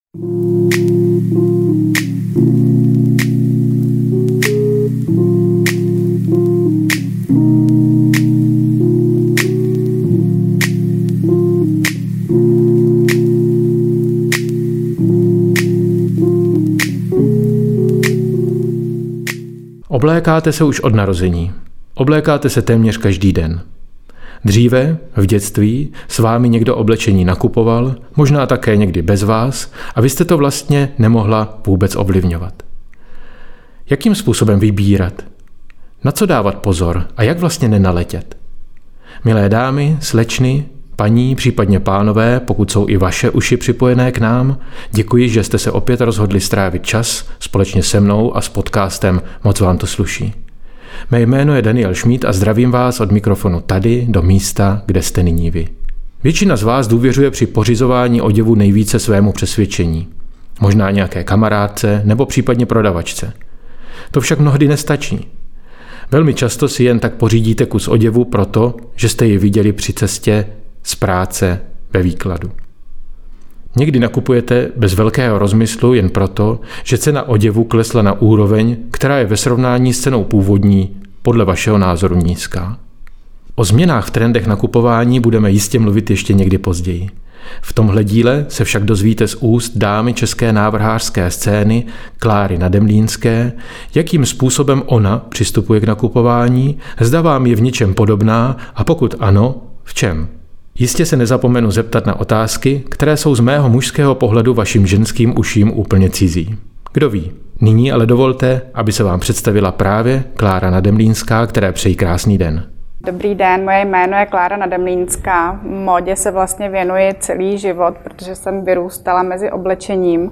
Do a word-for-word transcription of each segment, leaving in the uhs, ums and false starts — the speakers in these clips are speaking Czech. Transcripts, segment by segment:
Oblékáte se už od narození. Oblékáte se téměř každý den. Dříve, v dětství, s vámi někdo oblečení nakupoval, možná také někdy bez vás, a vy jste to vlastně nemohla vůbec ovlivňovat. Jakým způsobem vybírat? Na co dávat pozor a jak vlastně nenaletět? Milé dámy, slečny, paní, případně pánové, pokud jsou i vaše uši připojené k nám, děkuji, že jste se opět rozhodli strávit čas společně se mnou a s podcastem Moc vám to sluší. Mé jméno je Daniel Šmíd a zdravím vás od mikrofonu tady do místa, kde jste nyní vy. Většina z vás důvěřuje při pořizování oděvu nejvíce svému přesvědčení. Možná nějaké kamarádce nebo případně prodavačce. To však mnohdy nestačí. Velmi často si jen tak pořídíte kus oděvu proto, že jste ji viděli při cestě z práce ve výkladu. Někdy nakupujete bez velkého rozmyslu jen proto, že cena oděvu klesla na úroveň, která je ve srovnání s cenou původní podle vašeho názoru nízká. O změnách v trendech nakupování budeme jistě mluvit ještě někdy později. V tomhle díle se však dozvíte z úst dámy české návrhářské scény Kláry Nademlínské, jakým způsobem ona přistupuje k nakupování, zda vám je v něčem podobná a pokud ano, v čem. Jistě se nezapomenu zeptat na otázky, které jsou z mého mužského pohledu vašim ženským uším úplně cizí. Kdo ví? Nyní ale dovolte, aby se vám představila právě Klára Nademlínská, které přeji krásný den. Dobrý den, moje jméno je Klára Nademlínská. Módě se vlastně věnuji celý život, protože jsem vyrůstala mezi oblečením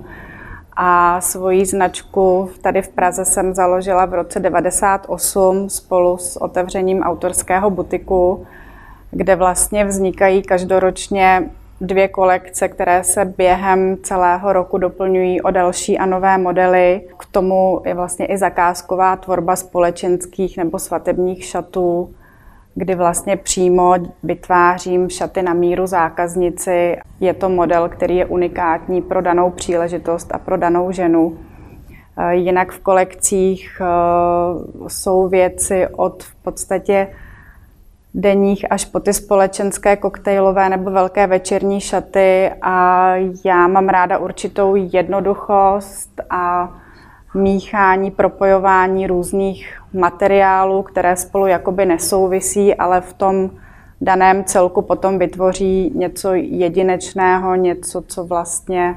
a svoji značku tady v Praze jsem založila v roce devadesát osm spolu s otevřením autorského butiku, kde vlastně vznikají každoročně dvě kolekce, které se během celého roku doplňují o další a nové modely. K tomu je vlastně i zakázková tvorba společenských nebo svatebních šatů, kdy vlastně přímo vytvářím šaty na míru zákaznici. Je to model, který je unikátní pro danou příležitost a pro danou ženu. Jinak v kolekcích jsou věci od v podstatě denních až po ty společenské koktejlové nebo velké večerní šaty a já mám ráda určitou jednoduchost a míchání, propojování různých materiálů, které spolu jakoby nesouvisí, ale v tom daném celku potom vytvoří něco jedinečného, něco, co vlastně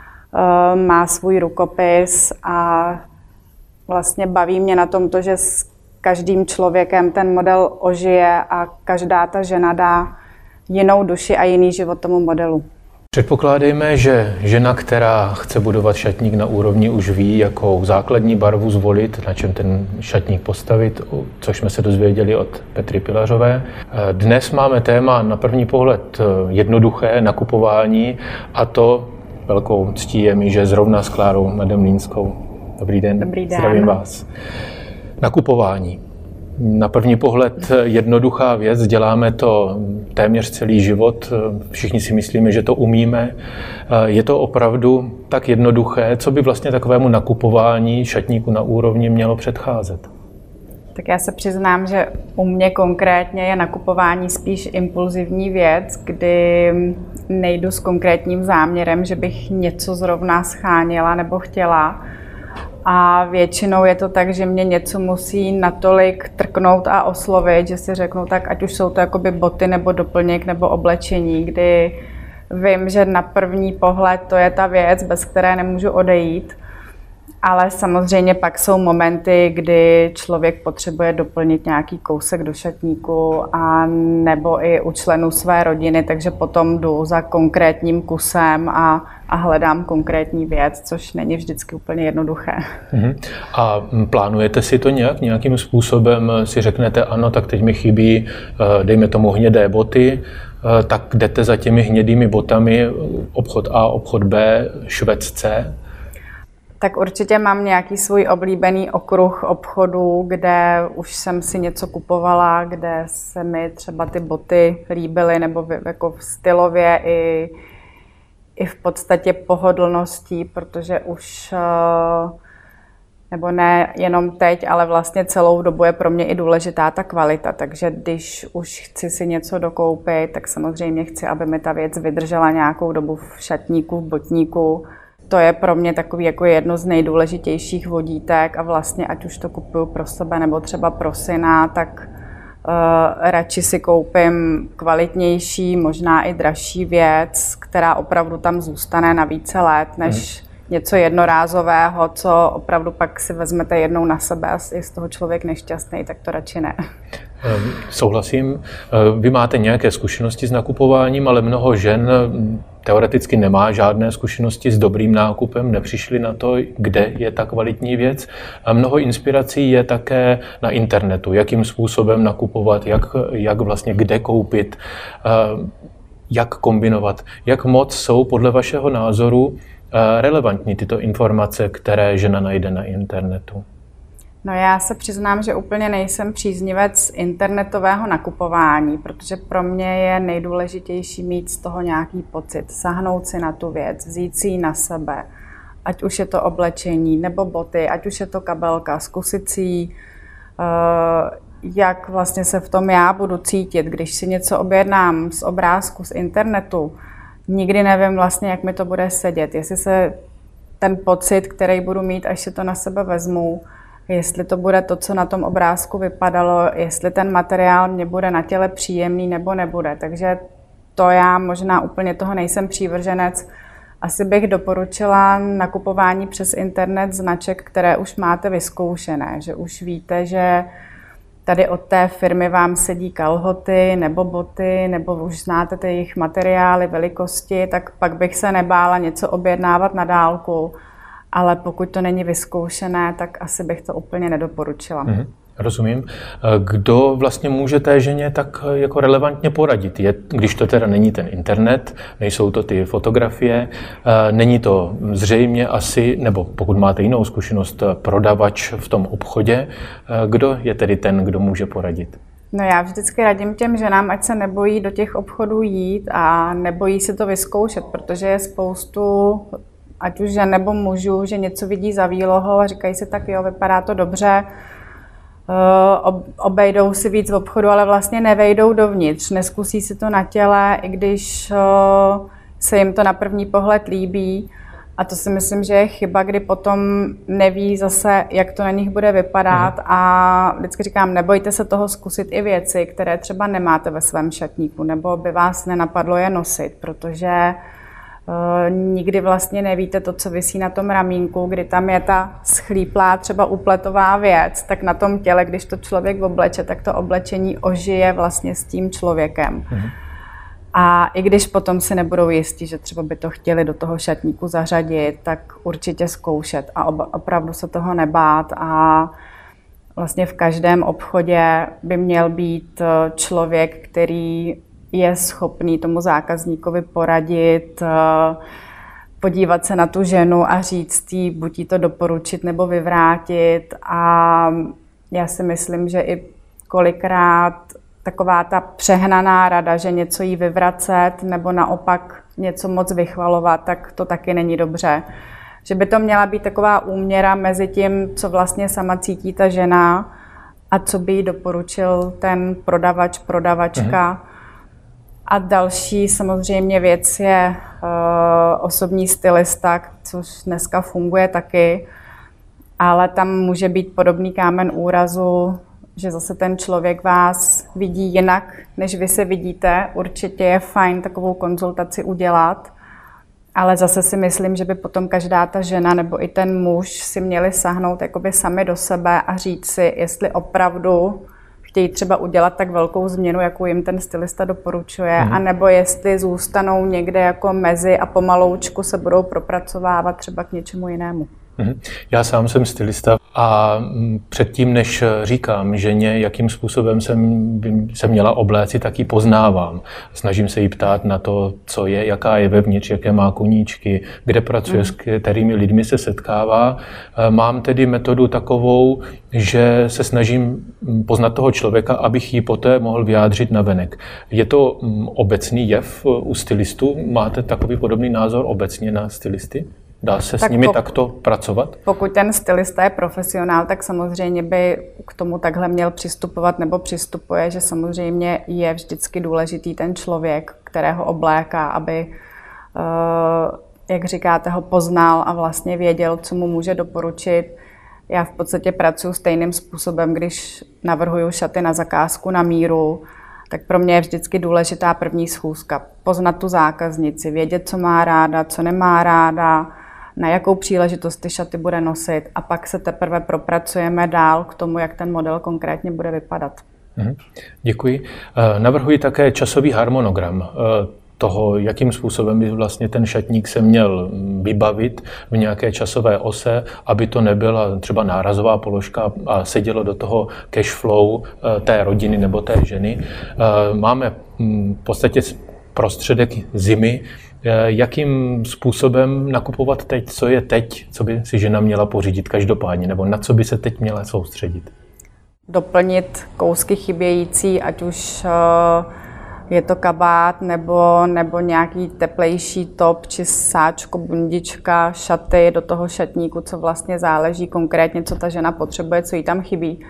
uh, má svůj rukopis a vlastně baví mě na tom to, že s každým člověkem ten model ožije a každá ta žena dá jinou duši a jiný život tomu modelu. Předpokládejme, že žena, která chce budovat šatník na úrovni, už ví, jakou základní barvu zvolit, na čem ten šatník postavit, což jsme se dozvěděli od Petry Pilařové. Dnes máme téma na první pohled jednoduché nakupování a to velkou ctí je mi, že zrovna s Klárou Nademlínskou. Dobrý den, Dobrý den. Zdravím vás. Nakupování. Na první pohled jednoduchá věc, děláme to téměř celý život, všichni si myslíme, že to umíme. Je to opravdu tak jednoduché, co by vlastně takovému nakupování šatníku na úrovni mělo předcházet? Tak já se přiznám, že u mě konkrétně je nakupování spíš impulzivní věc, kdy nejdu s konkrétním záměrem, že bych něco zrovna scháněla nebo chtěla. A většinou je to tak, že mě něco musí natolik trknout a oslovit, že si řeknu, tak ať už jsou to jakoby boty nebo doplněk nebo oblečení, kdy vím, že na první pohled to je ta věc, bez které nemůžu odejít. Ale samozřejmě pak jsou momenty, kdy člověk potřebuje doplnit nějaký kousek do šatníku a nebo i u členů své rodiny, takže potom jdu za konkrétním kusem a, a hledám konkrétní věc, což není vždycky úplně jednoduché. Uh-huh. A plánujete si to nějak, nějakým způsobem si řeknete, ano, tak teď mi chybí, dejme tomu hnědé boty, tak jdete za těmi hnědými botami, obchod A, obchod B, švec C? Tak určitě mám nějaký svůj oblíbený okruh obchodů, kde už jsem si něco kupovala, kde se mi třeba ty boty líbily, nebo jako stylově i, i v podstatě pohodlností, protože už, nebo ne jenom teď, ale vlastně celou dobu je pro mě i důležitá ta kvalita. Takže když už chci si něco dokoupit, tak samozřejmě chci, aby mi ta věc vydržela nějakou dobu v šatníku, v botníku. To je pro mě takový jako jedno z nejdůležitějších vodítek a vlastně ať už to kupuju pro sebe nebo třeba pro syna, tak uh, radši si koupím kvalitnější, možná i dražší věc, která opravdu tam zůstane na více let, než mm. něco jednorázového, co opravdu pak si vezmete jednou na sebe a je z toho člověk nešťastný, tak to radši ne. Souhlasím. Vy máte nějaké zkušenosti s nakupováním, ale mnoho žen teoreticky nemá žádné zkušenosti s dobrým nákupem, nepřišli na to, kde je ta kvalitní věc. A mnoho inspirací je také na internetu, jakým způsobem nakupovat, jak, jak vlastně kde koupit, jak kombinovat. Jak moc jsou podle vašeho názoru relevantní tyto informace, které žena najde na internetu? No já se přiznám, že úplně nejsem příznivec internetového nakupování, protože pro mě je nejdůležitější mít z toho nějaký pocit, sahnout si na tu věc, vzít si ji na sebe, ať už je to oblečení nebo boty, ať už je to kabelka, zkusit si ji, jak vlastně se v tom já budu cítit, když si něco objednám z obrázku, z internetu. Nikdy nevím vlastně, jak mi to bude sedět, jestli se ten pocit, který budu mít, až si to na sebe vezmu, jestli to bude to, co na tom obrázku vypadalo, jestli ten materiál mě bude na těle příjemný nebo nebude. Takže to já možná úplně toho nejsem přívrženec. Asi bych doporučila nakupování přes internet značek, které už máte vyzkoušené, že už víte, že tady od té firmy vám sedí kalhoty nebo boty, nebo už znáte ty jejich materiály, velikosti, tak pak bych se nebála něco objednávat na dálku. Ale pokud to není vyzkoušené, tak asi bych to úplně nedoporučila. Mm-hmm, rozumím. Kdo vlastně může té ženě tak jako relevantně poradit? Je, když to teda není ten internet, nejsou to ty fotografie, není to zřejmě asi, nebo pokud máte jinou zkušenost, prodavač v tom obchodě, kdo je tedy ten, kdo může poradit? No já vždycky radím těm ženám, ať se nebojí do těch obchodů jít a nebojí si to vyzkoušet, protože je spoustu ať už žen nebo mužů, že něco vidí za výlohou a říkají si tak jo, vypadá to dobře, obejdou si víc v obchodu, ale vlastně nevejdou dovnitř, neskusí si to na těle, i když se jim to na první pohled líbí. A to si myslím, že je chyba, kdy potom neví zase, jak to na nich bude vypadat. Mm. A vždycky říkám, nebojte se toho zkusit i věci, které třeba nemáte ve svém šatníku, nebo by vás nenapadlo je nosit, protože Uh, nikdy vlastně nevíte to, co visí na tom ramínku, kdy tam je ta schlíplá třeba upletová věc, tak na tom těle, když to člověk obleče, tak to oblečení ožije vlastně s tím člověkem. Mm. A i když potom si nebudou jistí, že třeba by to chtěli do toho šatníku zařadit, tak určitě zkoušet a ob- opravdu se toho nebát. A vlastně v každém obchodě by měl být člověk, který je schopný tomu zákazníkovi poradit, podívat se na tu ženu a říct jí, buď jí to doporučit nebo vyvrátit. A já si myslím, že i kolikrát taková ta přehnaná rada, že něco jí vyvracet nebo naopak něco moc vychvalovat, tak to taky není dobře. Že by to měla být taková úměra mezi tím, co vlastně sama cítí ta žena a co by jí doporučil ten prodavač, prodavačka. Mhm. A další samozřejmě věc je uh, osobní stylista, což dneska funguje taky, ale tam může být podobný kámen úrazu, že zase ten člověk vás vidí jinak, než vy se vidíte. Určitě je fajn takovou konzultaci udělat, ale zase si myslím, že by potom každá ta žena nebo i ten muž si měli sahnout jakoby sami do sebe a říct si, jestli opravdu chtějí třeba udělat tak velkou změnu, jakou jim ten stylista doporučuje, mm. anebo jestli zůstanou někde jako mezi a pomaloučku se budou propracovávat třeba k něčemu jinému. Já sám jsem stylista a předtím, než říkám ženě, jakým způsobem jsem se měla obléci, tak ji poznávám. Snažím se jí ptát na to, co je, jaká je vevnitř, jaké má koníčky, kde pracuje, mm. s kterými lidmi se setkává. Mám tedy metodu takovou, že se snažím poznat toho člověka, abych ji poté mohl vyjádřit navenek. Je to obecný jev u stylistů? Máte takový podobný názor obecně na stylisty? Dá se tak s nimi pokud, takto pracovat? Pokud ten stylista je profesionál, tak samozřejmě by k tomu takhle měl přistupovat nebo přistupuje, že samozřejmě je vždycky důležitý ten člověk, kterého obléká, aby, jak říkáte, ho poznal a vlastně věděl, co mu může doporučit. Já v podstatě pracuji stejným způsobem, když navrhuju šaty na zakázku na míru, tak pro mě je vždycky důležitá první schůzka. Poznat tu zákaznici, vědět, co má ráda, co nemá ráda, na jakou příležitost ty šaty bude nosit a pak se teprve propracujeme dál k tomu, jak ten model konkrétně bude vypadat. Děkuji. Navrhuji také časový harmonogram toho, jakým způsobem by vlastně ten šatník se měl vybavit v nějaké časové ose, aby to nebyla třeba nárazová položka a sedělo do toho cash flow té rodiny nebo té ženy. Máme v podstatě prostředek zimy. Jakým způsobem nakupovat teď, co je teď, co by si žena měla pořídit každopádně, nebo na co by se teď měla soustředit? Doplnit kousky chybějící, ať už je to kabát nebo, nebo nějaký teplejší top, či sáčko, bundička, šaty do toho šatníku, co vlastně záleží konkrétně, co ta žena potřebuje, co jí tam chybí.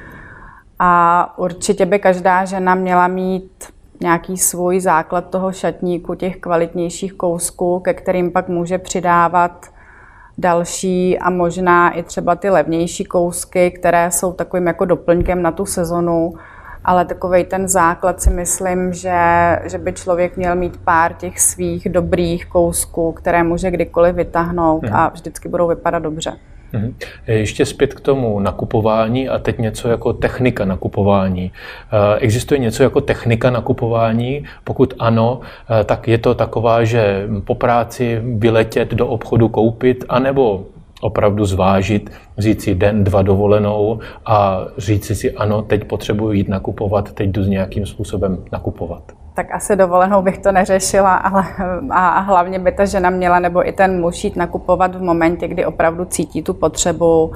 A určitě by každá žena měla mít nějaký svůj základ toho šatníku, těch kvalitnějších kousků, ke kterým pak může přidávat další a možná i třeba ty levnější kousky, které jsou takovým jako doplňkem na tu sezonu. Ale takovej ten základ si myslím, že, že by člověk měl mít pár těch svých dobrých kousků, které může kdykoliv vytáhnout hmm. a vždycky budou vypadat dobře. Hmm. Ještě zpět k tomu nakupování a teď něco jako technika nakupování. Existuje něco jako technika nakupování? Pokud ano, tak je to taková, že po práci vyletět do obchodu koupit, anebo opravdu zvážit, vzít si den, dva dovolenou a říct si ano, teď potřebuji jít nakupovat, teď jdu s nějakým způsobem nakupovat. Tak asi dovolenou bych to neřešila, ale a hlavně by ta žena měla nebo i ten muž jít nakupovat v momentě, kdy opravdu cítí tu potřebu,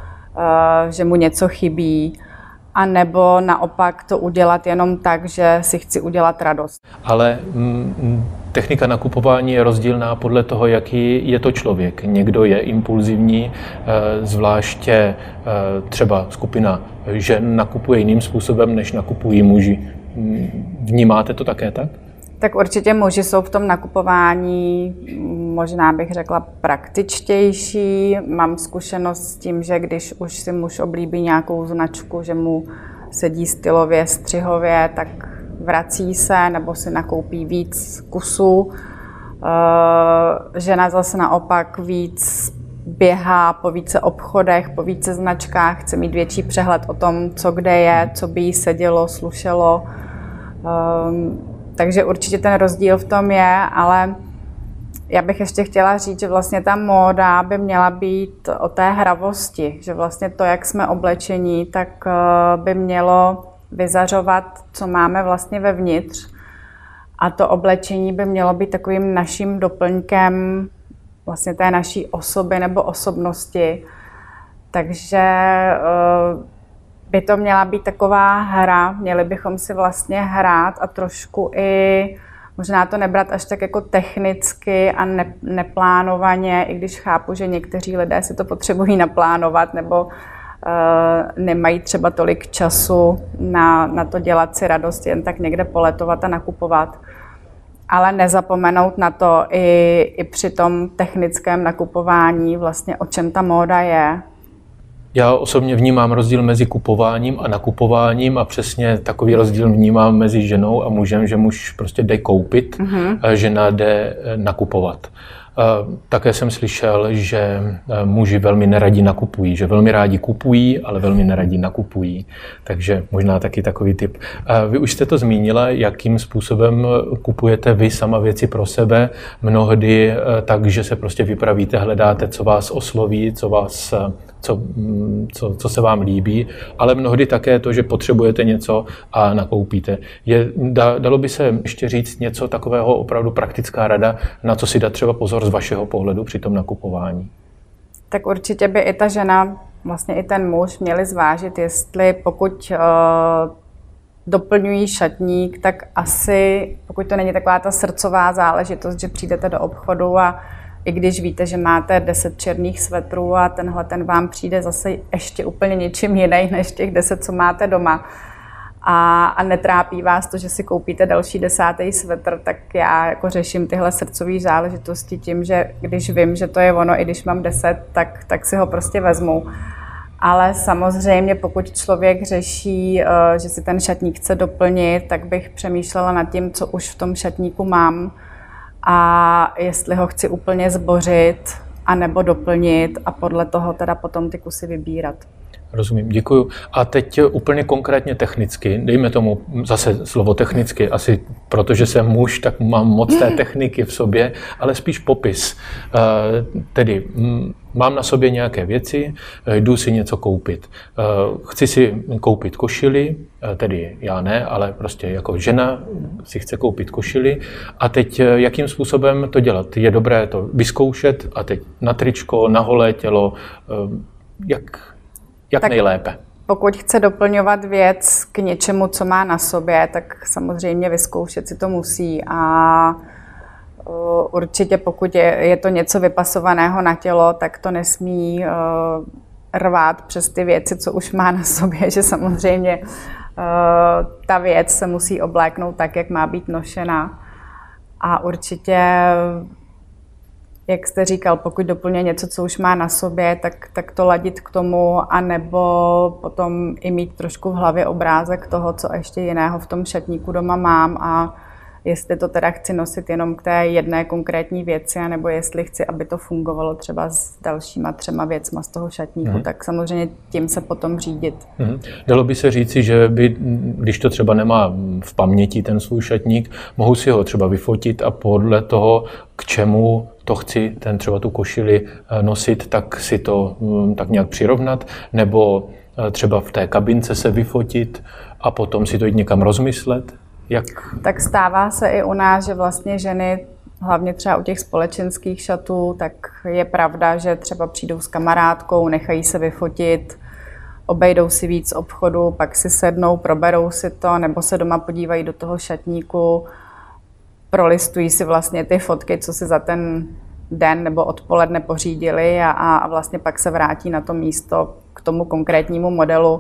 že mu něco chybí, a nebo naopak to udělat jenom tak, že si chci udělat radost. Ale mm, technika nakupování je rozdílná podle toho, jaký je to člověk. Někdo je impulzivní, zvláště třeba skupina žen nakupuje jiným způsobem, než nakupují muži. Vnímáte to také tak? Tak určitě muži jsou v tom nakupování, možná bych řekla, praktičtější. Mám zkušenost s tím, že když už si muž oblíbí nějakou značku, že mu sedí stylově, střihově, tak vrací se nebo si nakoupí víc kusů. Žena zase naopak víc běhá po více obchodech, po více značkách, chce mít větší přehled o tom, co kde je, co by jí sedělo, slušelo. Takže určitě ten rozdíl v tom je, ale já bych ještě chtěla říct, že vlastně ta móda by měla být o té hravosti, že vlastně to, jak jsme oblečení, tak by mělo vyzařovat, co máme vlastně vevnitř. A to oblečení by mělo být takovým naším doplňkem vlastně té naší osoby nebo osobnosti. Takže by to měla být taková hra, měli bychom si vlastně hrát a trošku i možná to nebrat až tak jako technicky a ne, neplánovaně, i když chápu, že někteří lidé si to potřebují naplánovat nebo uh, nemají třeba tolik času na, na to dělat si radost, jen tak někde poletovat a nakupovat. Ale nezapomenout na to i, i při tom technickém nakupování, vlastně o čem ta móda je. Já osobně vnímám rozdíl mezi kupováním a nakupováním a přesně takový rozdíl vnímám mezi ženou a mužem, že muž prostě jde koupit, mm-hmm. a žena jde nakupovat. Také jsem slyšel, že muži velmi neradi nakupují, že velmi rádi kupují, ale velmi neradi nakupují. Takže možná taky takový tip. Vy už jste to zmínila, jakým způsobem kupujete vy sama věci pro sebe. Mnohdy tak, že se prostě vypravíte, hledáte, co vás osloví, co vás... Co, co, co se vám líbí, ale mnohdy také to, že potřebujete něco a nakoupíte. Je, da, dalo by se ještě říct něco takového opravdu praktická rada, na co si dát třeba pozor z vašeho pohledu při tom nakupování? Tak určitě by i ta žena, vlastně i ten muž měli zvážit, jestli pokud uh, doplňují šatník, tak asi, pokud to není taková ta srdcová záležitost, že přijdete do obchodu a i když víte, že máte deset černých svetrů a tenhle ten vám přijde zase ještě úplně něčím jiný než těch deset, co máte doma. A, a netrápí vás to, že si koupíte další desátý svetr, tak já jako řeším tyhle srdcové záležitosti tím, že když vím, že to je ono, i když mám deset, tak, tak si ho prostě vezmu. Ale samozřejmě, pokud člověk řeší, že si ten šatník chce doplnit, tak bych přemýšlela nad tím, co už v tom šatníku mám, a jestli ho chci úplně zbořit a nebo doplnit a podle toho teda potom ty kusy vybírat. Rozumím, děkuju. A teď úplně konkrétně technicky, dejme tomu zase slovo technicky, asi protože jsem muž, tak mám moc té techniky v sobě, ale spíš popis. Tedy mám na sobě nějaké věci, jdu si něco koupit. Chci si koupit košili, tedy já ne, ale prostě jako žena si chce koupit košili. A teď jakým způsobem to dělat? Je dobré to vyzkoušet a teď na tričko, na holé tělo, jak... Jak tak nejlépe? Pokud chce doplňovat věc k něčemu, co má na sobě, tak samozřejmě vyzkoušet si to musí. A určitě pokud je, je to něco vypasovaného na tělo, tak to nesmí uh, rvát přes ty věci, co už má na sobě, že samozřejmě uh, ta věc se musí obléknout tak, jak má být nošena. A určitě, jak jste říkal, pokud doplňuje něco, co už má na sobě, tak, tak to ladit k tomu, anebo potom i mít trošku v hlavě obrázek toho, co ještě jiného v tom šatníku doma mám a jestli to teda chci nosit jenom k té jedné konkrétní věci, anebo jestli chci, aby to fungovalo třeba s dalšíma třema věcma z toho šatníku, mm. tak samozřejmě tím se potom řídit. Mm. Dalo by se říci, že by, když to třeba nemá v paměti ten svůj šatník, mohu si ho třeba vyfotit a podle toho, k čemu to chci, ten třeba tu košili nosit, tak si to tak nějak přirovnat, nebo třeba v té kabince se vyfotit a potom si to jít někam rozmyslet. Jak? Tak stává se i u nás, že vlastně ženy, hlavně třeba u těch společenských šatů, tak je pravda, že třeba přijdou s kamarádkou, nechají se vyfotit, obejdou si víc obchodu, pak si sednou, proberou si to, nebo se doma podívají do toho šatníku, prolistují si vlastně ty fotky, co si za ten den nebo odpoledne pořídili a, a vlastně pak se vrátí na to místo k tomu konkrétnímu modelu.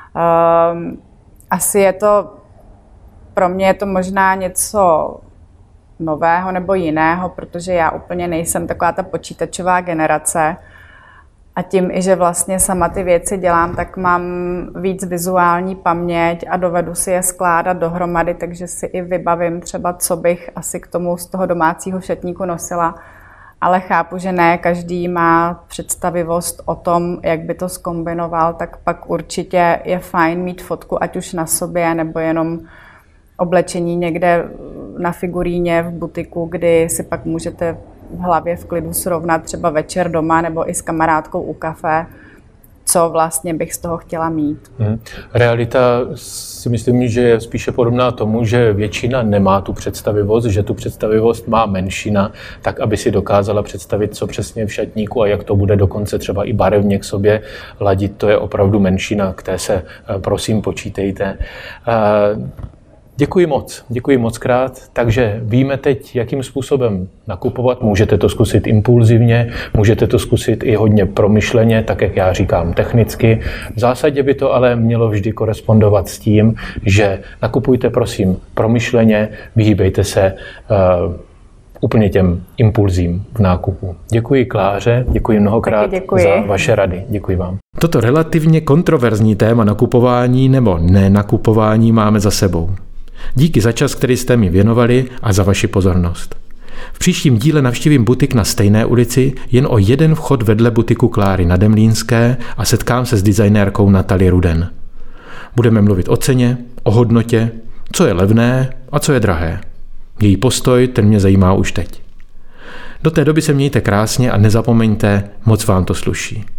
Um, asi je to Pro mě je to možná něco nového nebo jiného, protože já úplně nejsem taková ta počítačová generace. A tím i, že vlastně sama ty věci dělám, tak mám víc vizuální paměť a dovedu si je skládat dohromady, takže si i vybavím třeba, co bych asi k tomu z toho domácího šatníku nosila. Ale chápu, že ne každý má představivost o tom, jak by to zkombinoval, tak pak určitě je fajn mít fotku, ať už na sobě, nebo jenom oblečení někde na figuríně v butiku, kdy si pak můžete v hlavě v klidu srovnat třeba večer doma nebo i s kamarádkou u kafe, co vlastně bych z toho chtěla mít. Hmm. Realita si myslím, že je spíše podobná tomu, že většina nemá tu představivost, že tu představivost má menšina, tak aby si dokázala představit, co přesně v šatníku a jak to bude dokonce třeba i barevně k sobě ladit. To je opravdu menšina, které se prosím počítejte. Děkuji moc, děkuji moc krát. Takže víme teď, jakým způsobem nakupovat. Můžete to zkusit impulzivně, můžete to zkusit i hodně promyšleně, tak jak já říkám, technicky. V zásadě by to ale mělo vždy korespondovat s tím, že nakupujte prosím promyšleně, vyhýbejte se uh, úplně těm impulzím v nákupu. Děkuji Kláře, děkuji mnohokrát děkuji. za vaše rady. Děkuji vám. Toto relativně kontroverzní téma nakupování nebo nenakupování máme za sebou. Díky za čas, který jste mi věnovali a za vaši pozornost. V příštím díle navštívím butik na stejné ulici, jen o jeden vchod vedle butiku Kláry na Demlínské a setkám se s designérkou Natalie Ruden. Budeme mluvit o ceně, o hodnotě, co je levné a co je drahé. Její postoj, ten mě zajímá už teď. Do té doby se mějte krásně a nezapomeňte, moc vám to sluší.